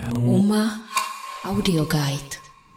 UMA Audio Guide.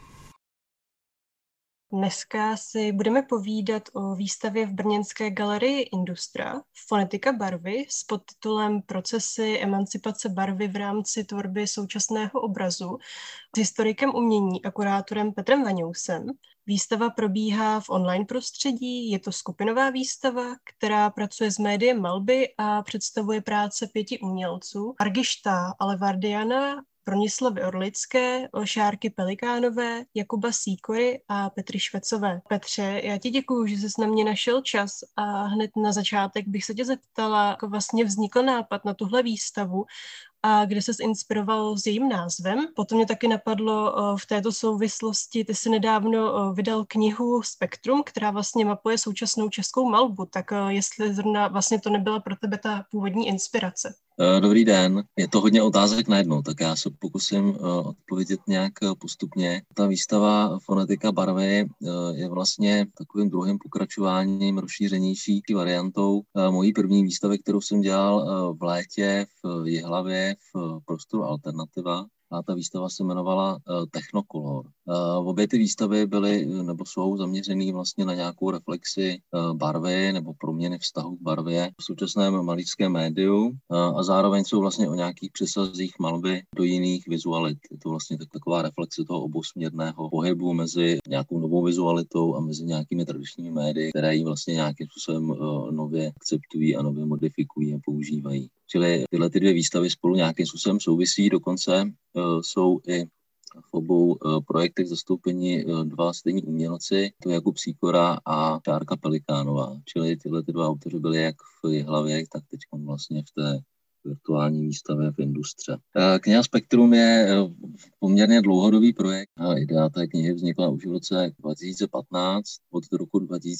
Dneska si budeme povídat o výstavě v brněnské galerii Industra Fonetika barvy s podtitulem Procesy emancipace barvy v rámci tvorby současného obrazu s historikem umění a kurátorem Petrem Vaňousem. Výstava probíhá v online prostředí, je to skupinová výstava, která pracuje s médiem malby a představuje práce 5 umělců: Argišta Alevardiana, Bronislavy Orlické, Šárky Pelikánové, Jakuba Sýkory a Petry Švecové. Petře, já ti děkuju, že jsi na mě našel čas a hned na začátek bych se tě zeptala, jak vlastně vznikl nápad na tuhle výstavu a kde ses inspiroval s jejím názvem. Potom mě taky napadlo v této souvislosti, ty jsi nedávno vydal knihu Spektrum, která vlastně mapuje současnou českou malbu, tak jestli zrovna vlastně to nebyla pro tebe ta původní inspirace. Dobrý den, je to hodně otázek najednou, tak já se pokusím odpovědět nějak postupně. Ta výstava Fonetika barvy je vlastně takovým druhým pokračováním, rozšířenější variantou mojí první výstavy, kterou jsem dělal v létě v Jihlavě v prostoru Alternativa. A ta výstava se jmenovala Technocolor. Obě ty výstavy byly nebo jsou zaměřený vlastně na nějakou reflexi barvy nebo proměny vztahu k barvě v současném malířském médiu a zároveň jsou vlastně o nějakých přesazích malby do jiných vizualit. Je to vlastně taková reflexe toho obousměrného pohybu mezi nějakou novou vizualitou a mezi nějakými tradičními médii, které ji vlastně nějakým způsobem nově akceptují a nově modifikují a používají. Čili tyhle ty dvě výstavy spolu nějakým způsobem souvisí, dokonce jsou i v obou projektech zastoupeni dva stejní umělci, to je Jakub Sýkora a Šárka Pelikánová. Čili tyhle ty dva autoři byli jak v Jihlavě, tak teď vlastně v té virtuální výstavě v Industře. Kniha Spektrum je poměrně dlouhodobý projekt. Idea té knihy vznikla už v roce 2015. Od roku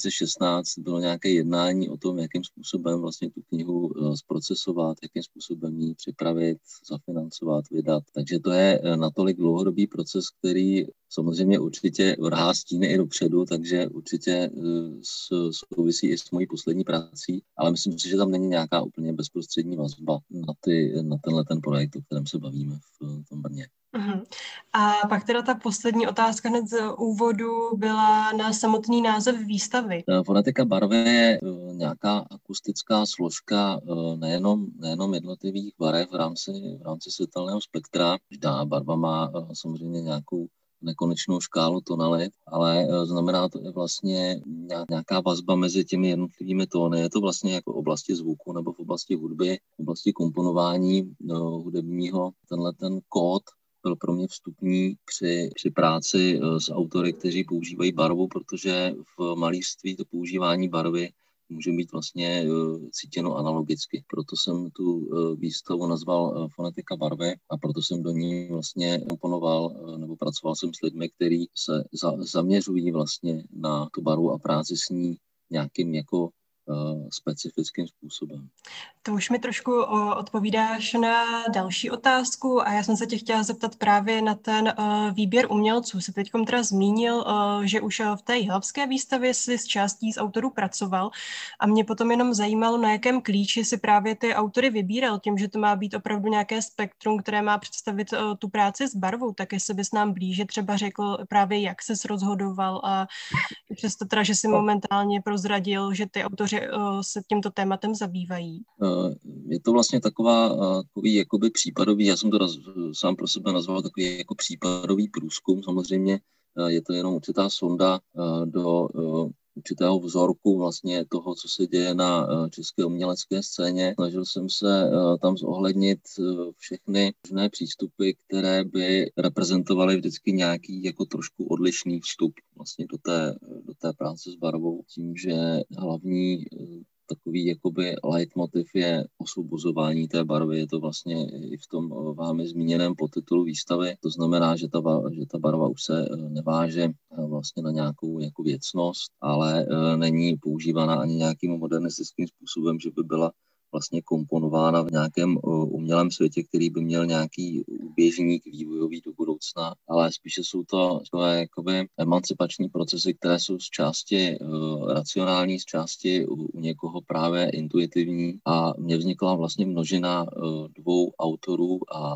2016 bylo nějaké jednání o tom, jakým způsobem vlastně tu knihu zprocesovat, jakým způsobem ji připravit, zafinancovat, vydat. Takže to je natolik dlouhodobý proces, který samozřejmě určitě vrhá stíny i dopředu, takže určitě souvisí i s mojí poslední prací, ale myslím si, že tam není nějaká úplně bezprostřední vazba na tenhle ten projekt, o kterém se bavíme v tom Brně. Uhum. A pak teda ta poslední otázka hned z úvodu byla na samotný název výstavy. Fonetika barvy je nějaká akustická složka nejenom jednotlivých barev v rámci světelného spektra. Každá barva má samozřejmě nějakou nekonečnou škálu tonalit, ale znamená to i vlastně nějaká vazba mezi těmi jednotlivými tóny. Je to vlastně jako v oblasti zvuku nebo v oblasti hudby, v oblasti komponování hudebního. Tenhle ten kód byl pro mě vstupní při práci s autory, kteří používají barvu, protože v malířství to používání barvy může být vlastně cítěno analogicky. Proto jsem tu výstavu nazval Fonetika barvy a proto jsem do ní vlastně komponoval nebo pracoval jsem s lidmi, kteří se zaměřují vlastně na tu barvu a práci s ní nějakým jako specifickým způsobem. To už mi trošku odpovídáš na další otázku a já jsem se tě chtěla zeptat právě na ten výběr umělců. Jsi teďkom teda zmínil, že už v té jihlavské výstavě jsi s částí z autorů pracoval a mě potom jenom zajímalo, na jakém klíči si právě ty autory vybíral, tím, že to má být opravdu nějaké spektrum, které má představit tu práci s barvou, tak jestli bys nám blíže třeba řekl právě, jak ses rozhodoval a přesto teda, že si momentálně prozradil, že ty autoři se tímto tématem zabývají. Je to vlastně takový jakoby případový, já jsem to sám pro sebe nazval takový jako případový průzkum. Samozřejmě je to jenom určitá sonda do určitého vzorku vlastně toho, co se děje na české umělecké scéně. Snažil jsem se tam zohlednit všechny možné přístupy, které by reprezentovaly vždycky nějaký jako trošku odlišný vstup vlastně do té práce s barvou. Tím, že hlavní takový jakoby leitmotiv je osvobozování té barvy. Je to vlastně i v tom vámi zmíněném podtitulu výstavy. To znamená, že ta barva už se neváže vlastně na nějakou jako věcnost, ale není používána ani nějakým modernistickým způsobem, že by byla vlastně komponována v nějakém umělém světě, který by měl nějaký běžník vývojový do budoucna, ale spíše jsou to jakoby emancipační procesy, které jsou z části racionální, z části u někoho právě intuitivní a mně vznikla vlastně množina dvou autorů a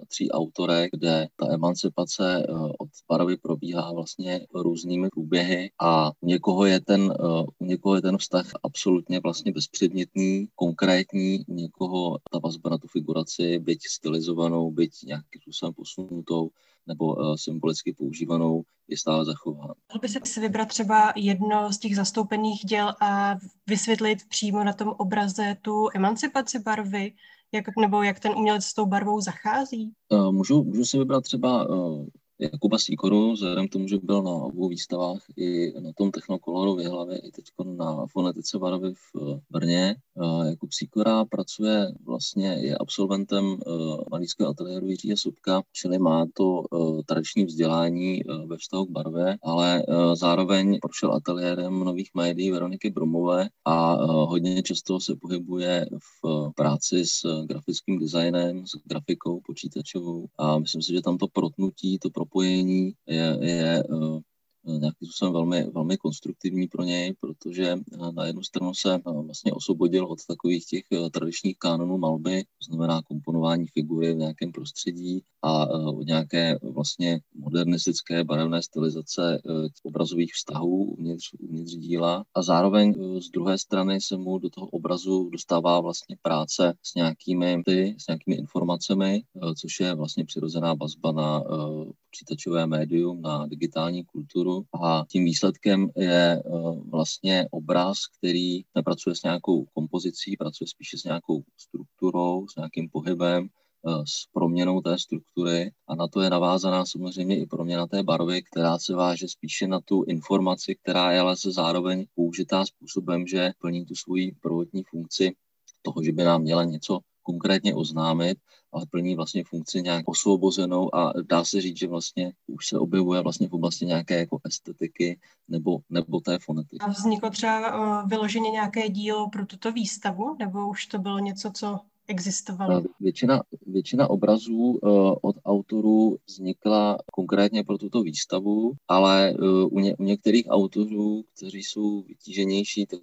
3 autorech, kde ta emancipace od barvy probíhá vlastně různými průběhy a u někoho je ten vztah absolutně vlastně bezpředmětný, konkrétní, u někoho ta vazba na tu figuraci, byť stylizovanou, byť nějakým způsobem posunutou nebo symbolicky používanou, je stále zachována. Mohl by si vybrat třeba jedno z těch zastoupených děl a vysvětlit přímo na tom obraze tu emancipaci barvy, jak ten umělec s tou barvou zachází? Můžu si vybrat třeba Jakuba Sýkoru, vzhledem k tomu, že byl na obou výstavách i na tom Technokoloru v Jihlavě, i teď na fonetice barvy v Brně. Jakub Sýkora je absolventem malířského ateliéru Jiřího Sobka, čili má to tradiční vzdělání ve vztahu k barvě, ale zároveň prošel ateliérem nových médií Veroniky Brumové a hodně často se pohybuje v práci s grafickým designem, s grafikou počítačovou a myslím si, že tam to protnutí, to propojení je nějakým způsobem velmi, velmi konstruktivní pro něj, protože na jednu stranu se vlastně osvobodil od takových těch tradičních kánonů malby, to znamená komponování figury v nějakém prostředí a od nějaké vlastně modernistické barevné stylizace obrazových vztahů uvnitř díla a zároveň z druhé strany se mu do toho obrazu dostává vlastně práce s nějakými informacemi, což je vlastně přirozená vazba na počítačové médium, na digitální kulturu a tím výsledkem je vlastně obraz, který nepracuje s nějakou kompozicí, pracuje spíše s nějakou strukturou, s nějakým pohybem, s proměnou té struktury a na to je navázaná samozřejmě i proměna té barvy, která se váže spíše na tu informaci, která je ale se zároveň použitá způsobem, že plní tu svoji prvotní funkci toho, že by nám měla něco konkrétně oznámit, ale plní vlastně funkci nějak osvobozenou a dá se říct, že vlastně už se objevuje vlastně v oblasti nějaké jako estetiky nebo té fonetiky. A vzniklo třeba vyloženě nějaké dílo pro tuto výstavu, nebo už to bylo něco, co existovalo? Většina obrazů od autorů vznikla konkrétně pro tuto výstavu, ale u některých autorů, kteří jsou vytíženější, tak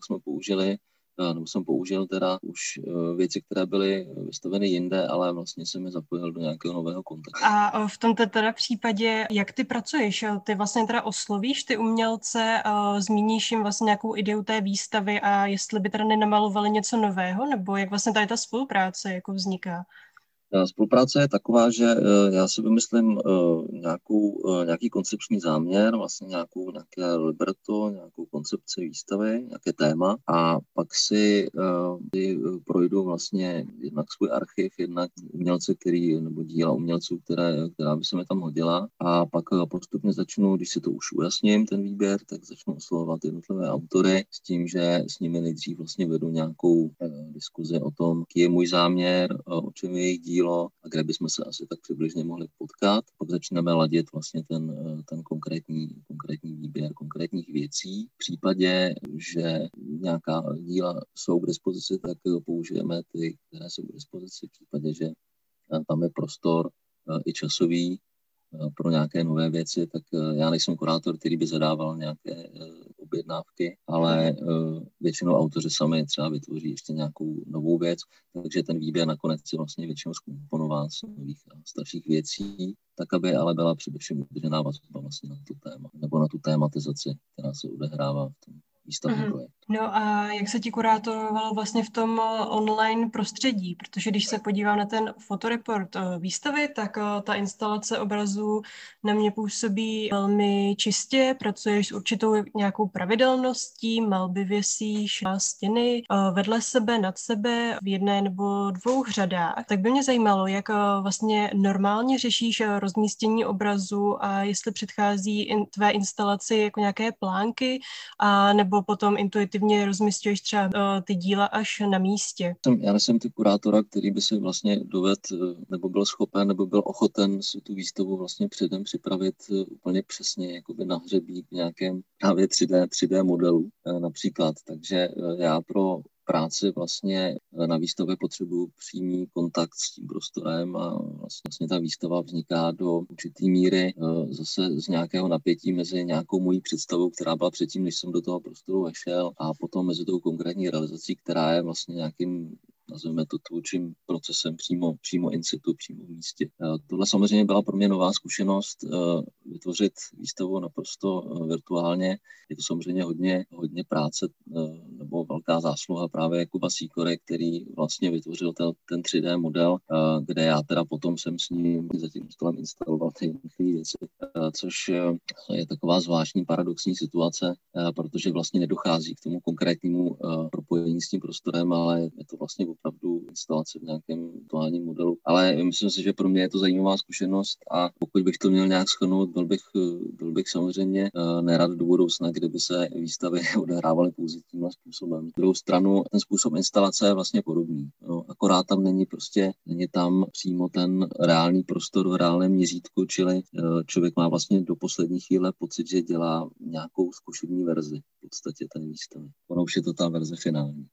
jsem použil teda už věci, které byly vystaveny jinde, ale vlastně jsem je zapojil do nějakého nového kontextu. A v tomto teda případě, jak ty pracuješ? Ty vlastně teda oslovíš ty umělce, zmíníš jim vlastně nějakou ideu té výstavy a jestli by teda nenamalovali něco nového, nebo jak vlastně tady ta spolupráce jako vzniká? Spolupráce je taková, že já si vymyslím nějaký koncepční záměr, vlastně nějaké libretto, nějakou koncepci výstavy, nějaké téma a pak si projdu vlastně jednak svůj archiv, jednak umělce, nebo díla umělců, která by se mi tam hodila a pak postupně začnu, když si to už ujasním, ten výběr, tak začnu oslovovat jednotlivé autory s tím, že s nimi nejdřív vlastně vedu nějakou diskuzi o tom, jaký je můj záměr, o čem je jejich dílo a kde bychom se asi tak přibližně mohli potkat. Pak začneme ladit vlastně ten konkrétní výběr konkrétních věcí. V případě, že nějaká díla jsou k dispozici, tak použijeme ty, které jsou k dispozici. V případě, že tam je prostor i časový pro nějaké nové věci, tak já nejsem kurátor, který by zadával nějaké objednávky, ale většinou autoři sami třeba vytvoří ještě nějakou novou věc, takže ten výběr nakonec je vlastně většinou zkomponován z nových a starších věcí, tak aby ale byla především udržená vazba vlastně na tu téma, nebo na tu tématizaci, která se odehrává v tom výstavním projektu. No a jak se ti kurátorovalo vlastně v tom online prostředí? Protože když se podívám na ten fotoreport výstavy, tak ta instalace obrazů na mě působí velmi čistě, pracuješ s určitou nějakou pravidelností, malby věsíš na stěny vedle sebe, nad sebe v jedné nebo dvou řadách. Tak by mě zajímalo, jak vlastně normálně řešíš rozmístění obrazu a jestli předchází tvé instalaci jako nějaké plánky a nebo potom intuitivně rozmísťuješ třeba ty díla až na místě. Já nejsem typ kurátora, který by si vlastně dovedl, nebo byl schopen, nebo byl ochoten si tu výstavu vlastně předem připravit úplně přesně, jakoby na hřebík v nějakém právě 3D modelu například. Takže já pro práci vlastně na výstavě potřebuji přímý kontakt s tím prostorem a vlastně ta výstava vzniká do určitý míry zase z nějakého napětí mezi nějakou mojí představou, která byla předtím, než jsem do toho prostoru vešel a potom mezi tou konkrétní realizací, která je vlastně nějakým nazveme to tvůrčím procesem přímo in situ, přímo v místě. Tohle samozřejmě byla pro mě nová zkušenost vytvořit výstavu naprosto virtuálně. Je to samozřejmě hodně práce nebo velká zásluha právě Jakuba Sýkory, který vlastně vytvořil ten 3D model, kde já teda potom jsem s ním za tím stolem instaloval ty věci, což je taková zvláštní paradoxní situace, protože vlastně nedochází k tomu konkrétnímu propojení s tím prostorem, ale je to vlastně opravdu instalace v nějakém virtuálním modelu. Ale myslím si, že pro mě je to zajímavá zkušenost a pokud bych to měl nějak shrnout, byl bych samozřejmě nerad do budoucna, kdyby se výstavy odehrávaly pouze tímhle způsobem. Druhou stranu ten způsob instalace je vlastně podobný. No, akorát tam není tam přímo ten reálný prostor v reálném měřítku, čili člověk má vlastně do poslední chvíle pocit, že dělá nějakou zkušební verzi v podstatě té výstavy. Ono už je to ta verze finální.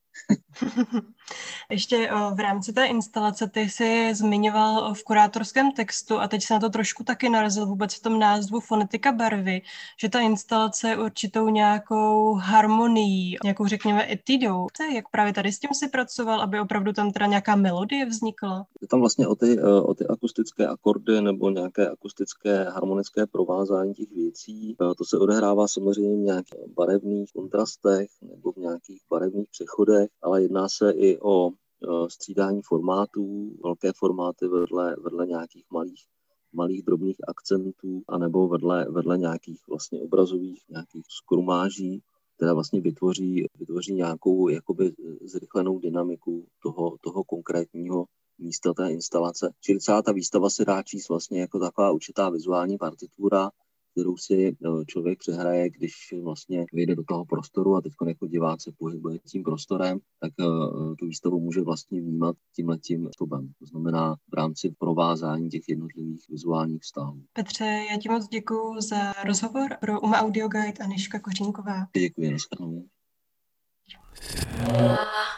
Ještě v rámci té instalace ty jsi zmiňoval v kurátorském textu a teď se na to trošku taky narazil vůbec v tom názvu Fonetika barvy, že ta instalace je určitou nějakou harmonií, nějakou řekněme etidou. Jak právě tady s tím si pracoval, aby opravdu tam teda nějaká melodie vznikla? Je tam vlastně o ty akustické akordy nebo nějaké akustické harmonické provázání těch věcí. To se odehrává samozřejmě v nějakých barevných kontrastech nebo v nějakých barevných přechodech, ale jedná se i o střídání formátů, velké formáty vedle nějakých malých drobných akcentů, anebo vedle nějakých vlastně obrazových, nějakých skrumáží, které vlastně vytvoří nějakou jakoby zrychlenou dynamiku toho konkrétního místa té instalace. Čili celá ta výstava se dá číst vlastně jako taková určitá vizuální partitura, kterou si člověk přehraje, když vlastně vyjde do toho prostoru a teď jako divák se pohybuje tím prostorem, tak tu výstavu může vlastně vnímat tímhletím způsobem. To znamená v rámci provázání těch jednotlivých vizuálních vztahů. Petře, já ti moc děkuju za rozhovor. Pro UMA Audio Guide Anežka Kořínková. Děkuji, nashledanou.